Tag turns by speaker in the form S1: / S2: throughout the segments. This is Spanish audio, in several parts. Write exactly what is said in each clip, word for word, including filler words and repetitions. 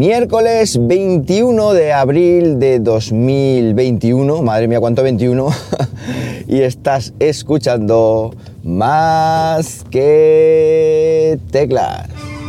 S1: Miércoles veintiuno de abril de dos mil veintiuno, madre mía cuánto veintiuno, y estás escuchando Más que Teclas.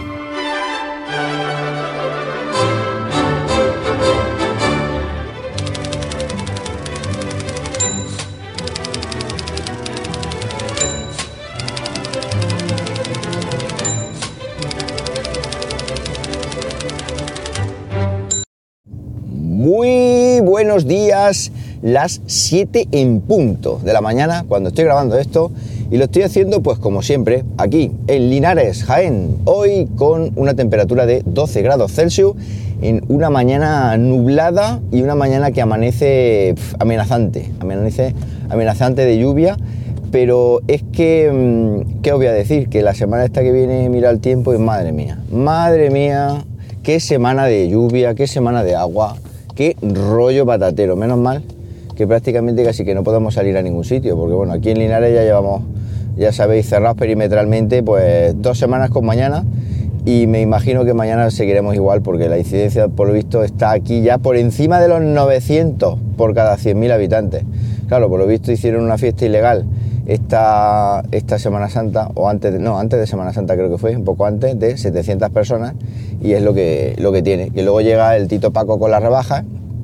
S1: Muy buenos días, las siete en punto de la mañana cuando estoy grabando esto y lo estoy haciendo pues como siempre aquí en Linares, Jaén, hoy con una temperatura de doce grados Celsius en una mañana nublada y una mañana que amanece pf, amenazante, amanece amenazante de lluvia, pero es que, ¿qué os voy a decir? Que la semana esta que viene mira el tiempo y madre mía, madre mía, qué semana de lluvia, qué semana de agua. Qué rollo patatero, menos mal que prácticamente casi que no podemos salir a ningún sitio, porque bueno, aquí en Linares ya llevamos, ya sabéis, cerrados perimetralmente, pues dos semanas con mañana, y me imagino que mañana seguiremos igual, porque la incidencia, por lo visto, está aquí ya por encima de los novecientos por cada cien mil habitantes. Claro, por lo visto hicieron una fiesta ilegal esta, esta Semana Santa, o antes de, no, antes de Semana Santa creo que fue, un poco antes, de setecientas personas, y es lo que, lo que tiene, que luego llega el Tito Paco con las rebajas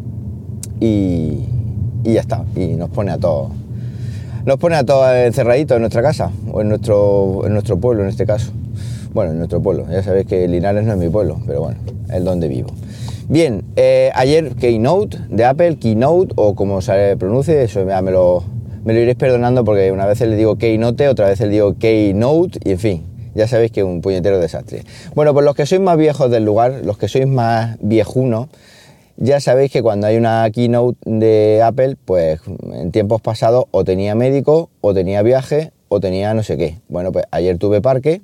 S1: y, y ya está, y nos pone a todos nos pone a todos encerraditos en nuestra casa, o en nuestro, en nuestro pueblo en este caso. Bueno, en nuestro pueblo, ya sabéis que Linares no es mi pueblo, pero bueno, es donde vivo. Bien, eh, ayer Keynote de Apple, Keynote, o como se pronuncie, eso ya me lo, me lo iréis perdonando porque una vez le digo Keynote, otra vez le digo Keynote, y en fin, ya sabéis que es un puñetero desastre. Bueno, pues los que sois más viejos del lugar, los que sois más viejunos, ya sabéis que cuando hay una Keynote de Apple, pues en tiempos pasados o tenía médico, o tenía viaje, o tenía no sé qué. Bueno, pues ayer tuve parque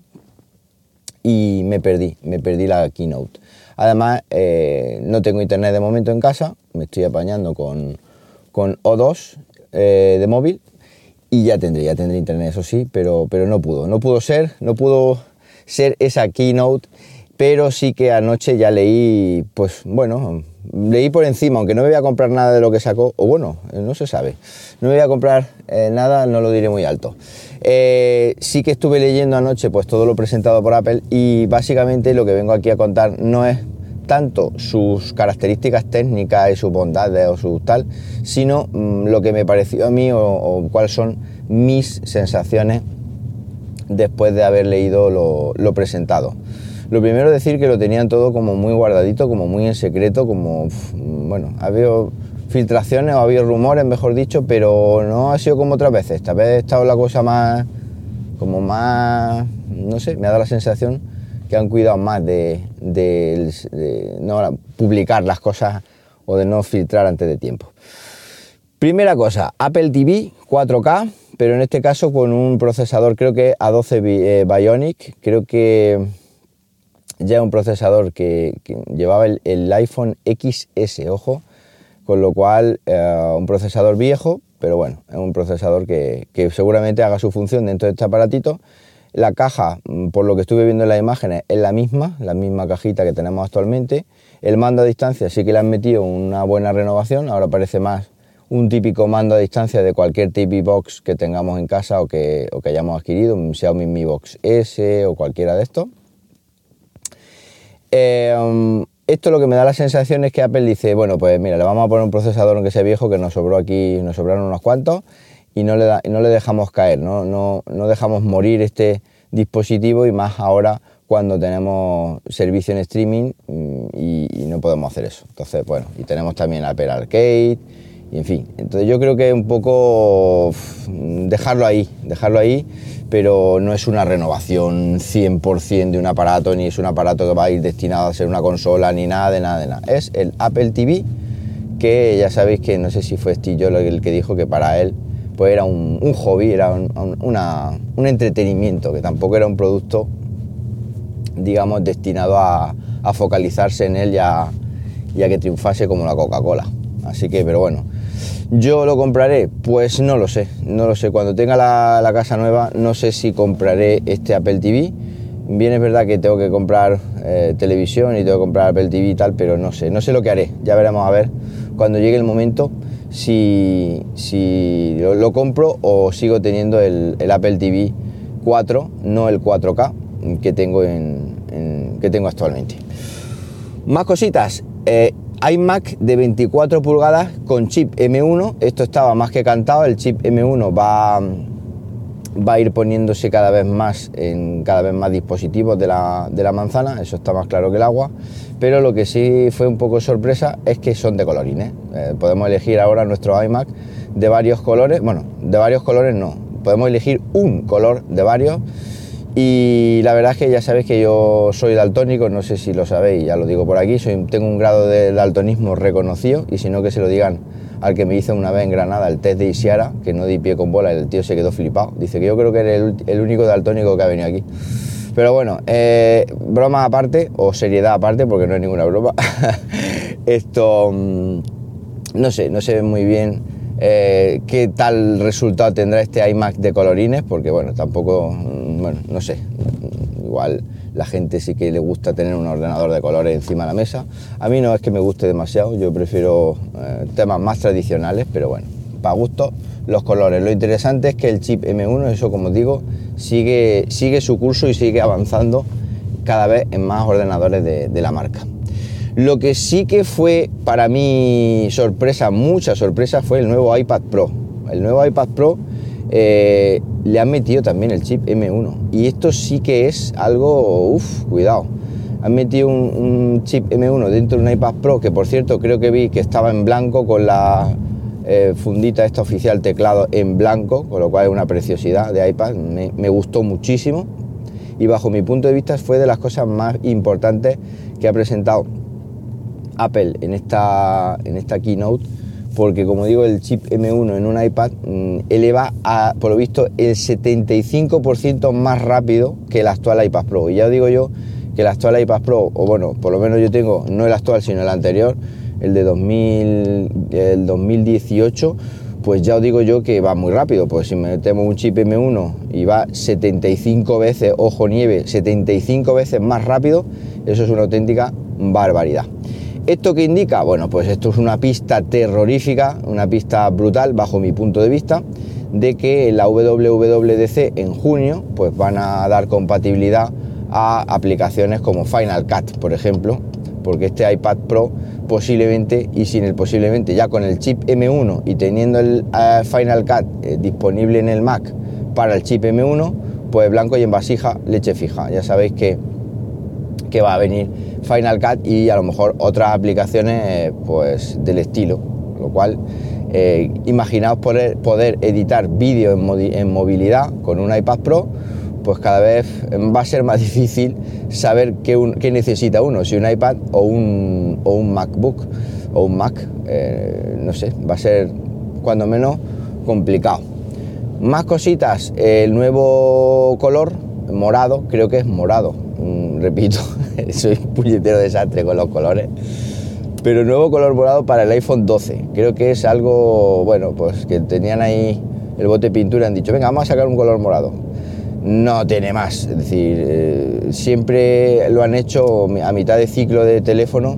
S1: y me perdí, me perdí la Keynote. Además, eh, no tengo internet de momento en casa, me estoy apañando con, con O dos eh, de móvil, y ya tendré, ya tendré internet, eso sí, pero, pero no pudo, no pudo ser, no pudo ser esa Keynote, pero sí que anoche ya leí, pues bueno, leí por encima, aunque no me voy a comprar nada de lo que sacó, o bueno, no se sabe, no me voy a comprar eh, nada, no lo diré muy alto. Eh, sí que estuve leyendo anoche pues todo lo presentado por Apple, y básicamente lo que vengo aquí a contar no es tanto sus características técnicas y sus bondades o su tal, sino mmm, lo que me pareció a mí o, o cuáles son mis sensaciones después de haber leído lo, lo presentado. Lo primero es decir que lo tenían todo como muy guardadito, como muy en secreto, como, bueno, ha habido filtraciones o ha habido rumores, mejor dicho, pero no ha sido como otras veces. Esta vez ha estado la cosa más, como más, no sé, me ha dado la sensación que han cuidado más de, de, de no publicar las cosas o de no filtrar antes de tiempo. Primera cosa, Apple T V cuatro K, pero en este caso con un procesador, creo que A doce eh, Bionic, creo que ya un procesador que, que llevaba el, el iPhone X S, ojo, con lo cual eh, un procesador viejo, pero bueno, es un procesador que, que seguramente haga su función dentro de este aparatito. La caja, por lo que estuve viendo en las imágenes, es la misma, la misma cajita que tenemos actualmente. El mando a distancia sí que le han metido una buena renovación, ahora parece más un típico mando a distancia de cualquier T V Box que tengamos en casa o que, o que hayamos adquirido, un Xiaomi Mi Box S o cualquiera de estos. Eh, um, esto lo que me da la sensación es que Apple dice, bueno, pues mira, le vamos a poner un procesador aunque sea viejo, que nos sobró aquí, nos sobraron unos cuantos, y no le, da, no le dejamos caer, ¿no? No, no dejamos morir este dispositivo, y más ahora cuando tenemos servicio en streaming y, y no podemos hacer eso. Entonces, bueno, y tenemos también Apple Arcade, y en fin. Entonces yo creo que es un poco uf, dejarlo ahí, dejarlo ahí, pero no es una renovación cien por ciento de un aparato, ni es un aparato que va a ir destinado a ser una consola, ni nada de nada de nada. Es el Apple T V, que ya sabéis que no sé si fue Steve Jobs el que dijo que para él pues era un, un hobby, era un, un, una, un entretenimiento, que tampoco era un producto, digamos, destinado a, a focalizarse en él y a, y a que triunfase como la Coca-Cola. Así que, pero bueno, ¿yo lo compraré? Pues no lo sé, no lo sé. Cuando tenga la, la casa nueva, no sé si compraré este Apple T V, Bien, es verdad que tengo que comprar eh, televisión y tengo que comprar Apple T V y tal, pero no sé, no sé lo que haré. Ya veremos a ver cuando llegue el momento si, si lo, lo compro o sigo teniendo el, el Apple T V cuatro, no el cuatro K que tengo, en, en, que tengo actualmente. Más cositas. Eh, iMac de veinticuatro pulgadas con chip M uno. Esto estaba más que cantado. El chip M uno va, va a ir poniéndose cada vez más en cada vez más dispositivos de la, de la manzana. Eso está más claro que el agua. Pero lo que sí fue un poco sorpresa es que son de colorines. Eh, podemos elegir ahora nuestro iMac de varios colores. Bueno, de varios colores no. Podemos elegir un color de varios. Y la verdad es que ya sabéis que yo soy daltónico, no sé si lo sabéis, ya lo digo por aquí, soy, tengo un grado de daltonismo reconocido, y si no, que se lo digan al que me hizo una vez en Granada el test de Isiara, que no di pie con bola y el tío se quedó flipado. Dice que yo creo que eres el, el único daltónico que ha venido aquí. Pero bueno, eh, broma aparte, o seriedad aparte, porque no es ninguna broma. Esto, no sé, no se ve muy bien eh, qué tal resultado tendrá este iMac de colorines, porque bueno, tampoco, bueno, no sé, igual la gente sí que le gusta tener un ordenador de colores encima de la mesa. A mí no es que me guste demasiado, yo prefiero eh, temas más tradicionales, pero bueno, para gusto los colores. Lo interesante es que el chip M uno, eso como os digo, sigue, sigue su curso y sigue avanzando cada vez en más ordenadores de, de la marca. Lo que sí que fue para mí sorpresa, mucha sorpresa, fue el nuevo iPad Pro. El nuevo iPad Pro eh, le han metido también el chip M uno, y esto sí que es algo, uff, cuidado. Han metido un, un chip M uno dentro de un iPad Pro, que por cierto creo que vi que estaba en blanco con la eh, fundita esta oficial, teclado en blanco, con lo cual es una preciosidad de iPad, me, me gustó muchísimo, y bajo mi punto de vista fue de las cosas más importantes que ha presentado Apple en esta, en esta keynote, porque como digo, el chip M uno en un iPad mmm, eleva a, por lo visto, el setenta y cinco por ciento más rápido que el actual iPad Pro. Y ya os digo yo que el actual iPad Pro, o bueno, por lo menos yo tengo, no el actual sino el anterior, el de dos mil, el dos mil dieciocho, pues ya os digo yo que va muy rápido. Pues si metemos un chip M uno y va setenta y cinco veces, ojo nieve, setenta y cinco veces más rápido, eso es una auténtica barbaridad. ¿Esto qué indica? Bueno, pues esto es una pista terrorífica, una pista brutal bajo mi punto de vista, de que en la W W D C en junio pues van a dar compatibilidad a aplicaciones como Final Cut, por ejemplo, porque este iPad Pro posiblemente, y sin el posiblemente, ya con el chip M uno y teniendo el uh, Final Cut eh, disponible en el Mac para el chip M uno, pues blanco y en vasija, leche fija. Ya sabéis que, que va a venir Final Cut y a lo mejor otras aplicaciones eh, pues del estilo, lo cual eh, imaginaos poder, poder editar vídeo en, en movilidad con un iPad Pro, pues cada vez va a ser más difícil saber qué, un, qué necesita uno, si un iPad o un, o un MacBook o un Mac, eh, no sé, va a ser cuando menos complicado. Más cositas, el nuevo color morado, creo que es morado, mm, repito, soy un puñetero desastre con los colores, pero el nuevo color morado para el iPhone doce, creo que es algo, bueno, pues que tenían ahí el bote de pintura y han dicho, venga, vamos a sacar un color morado. No tiene más, es decir, eh, siempre lo han hecho a mitad de ciclo de teléfono,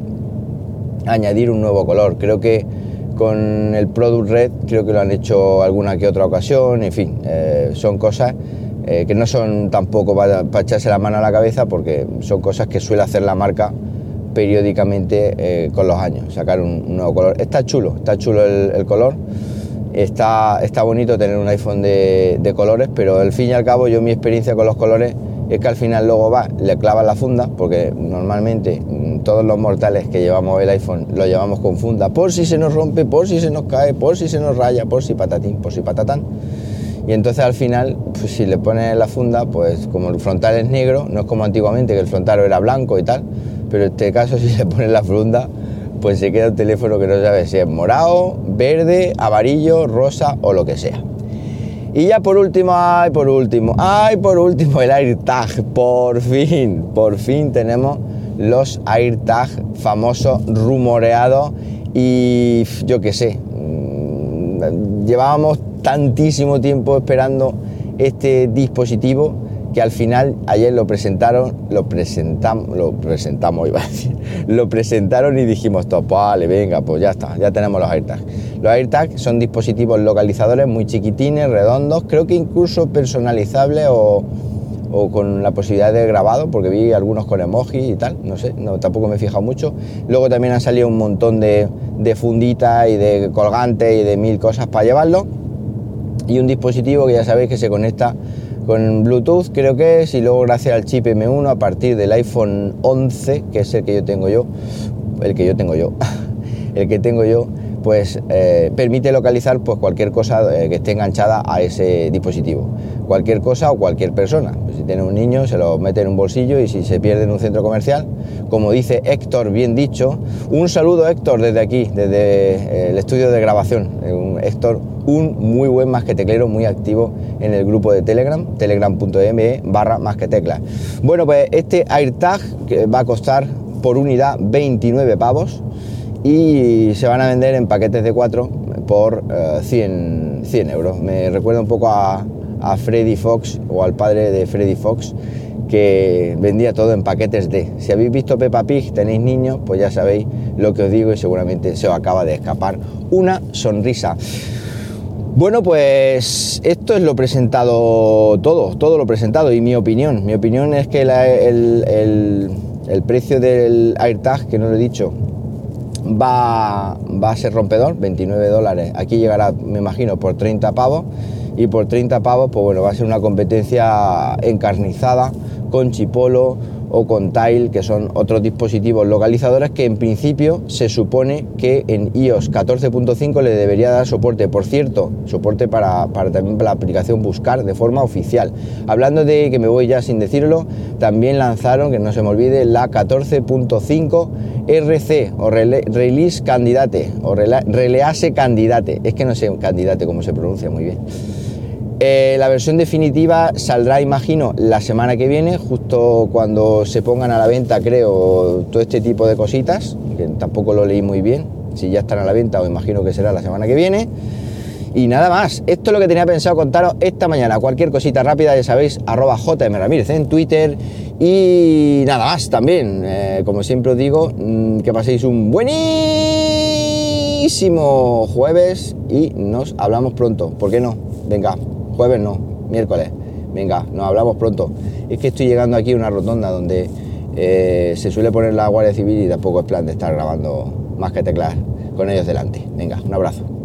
S1: añadir un nuevo color. Creo que con el Product Red, creo que lo han hecho alguna que otra ocasión, en fin, eh, son cosas eh, que no son tampoco para, para echarse la mano a la cabeza, porque son cosas que suele hacer la marca periódicamente eh, con los años, sacar un, un nuevo color. Está chulo, está chulo el, el color. Está, está bonito tener un iPhone de, de colores, pero al fin y al cabo yo mi experiencia con los colores es que al final luego va, le clavas la funda, porque normalmente todos los mortales que llevamos el iPhone lo llevamos con funda, por si se nos rompe, por si se nos cae, por si se nos raya, por si patatín, por si patatán. Y entonces al final, pues si le pones la funda, pues como el frontal es negro, no es como antiguamente que el frontal era blanco y tal, pero en este caso si le pones la funda, pues se queda un teléfono que no sabe si es morado, verde, amarillo, rosa o lo que sea. Y ya por último, ay, por último, ay, por último, el AirTag. Por fin, por fin tenemos los AirTag famosos, rumoreados y yo qué sé, llevábamos tantísimo tiempo esperando este dispositivo que al final ayer lo presentaron, lo presentamos, lo presentamos, iba a decir, lo presentaron y dijimos, pues vale, venga, pues ya está, ya tenemos los AirTags. Los AirTags son dispositivos localizadores muy chiquitines, redondos, creo que incluso personalizables o, o con la posibilidad de grabado, porque vi algunos con emoji y tal, no sé, no, tampoco me he fijado mucho. Luego también han salido un montón de, de funditas y de colgantes y de mil cosas para llevarlo. Y un dispositivo que ya sabéis que se conecta con Bluetooth, creo que es, y luego gracias al chip eme uno a partir del iPhone once, que es el que yo tengo yo, el que yo tengo yo, el que tengo yo, pues eh, permite localizar pues cualquier cosa eh, que esté enganchada a ese dispositivo, cualquier cosa o cualquier persona. Pues si tiene un niño se lo mete en un bolsillo y si se pierde en un centro comercial, como dice Héctor, bien dicho, un saludo Héctor desde aquí, desde eh, el estudio de grabación, eh, un, Héctor, un muy buen masqueteclero, muy activo en el grupo de Telegram, telegram punto me barra masqueteclas. Bueno, pues este AirTag que va a costar por unidad veintinueve pavos y se van a vender en paquetes de cuatro por uh, cien euros. Me recuerda un poco a, a Freddy Fox o al padre de Freddy Fox, que vendía todo en paquetes de. Si habéis visto Peppa Pig, tenéis niños, pues ya sabéis lo que os digo y seguramente se os acaba de escapar una sonrisa. Bueno, pues esto es lo presentado todo, todo lo presentado y mi opinión. Mi opinión es que la, el, el, el precio del AirTag, que no lo he dicho, va, va a ser rompedor, veintinueve dólares. Aquí llegará, me imagino, por treinta pavos. Y por treinta pavos, pues bueno, va a ser una competencia encarnizada con Chipolo o con Tile, que son otros dispositivos localizadores que en principio se supone que en i o ese catorce punto cinco le debería dar soporte. Por cierto, soporte para, para también para la aplicación Buscar de forma oficial. Hablando de que me voy ya sin decirlo, también lanzaron, que no se me olvide, la catorce punto cinco erre ce o Release Candidate o Release Candidate. Es que no sé Candidate cómo se pronuncia muy bien. Eh, la versión definitiva saldrá, imagino, la semana que viene, justo cuando se pongan a la venta, creo, todo este tipo de cositas, que tampoco lo leí muy bien, si ya están a la venta, os imagino que será la semana que viene. Y nada más, esto es lo que tenía pensado contaros esta mañana. Cualquier cosita rápida, ya sabéis, arroba jmramírez en Twitter. Y nada más también, eh, como siempre os digo, mmm, que paséis un buenísimo jueves y nos hablamos pronto. ¿Por qué no? Venga, jueves no, miércoles. Venga, nos hablamos pronto. Es que estoy llegando aquí a una rotonda donde eh, se suele poner la Guardia Civil y tampoco es plan de estar grabando Masqueteclas con ellos delante. Venga, un abrazo.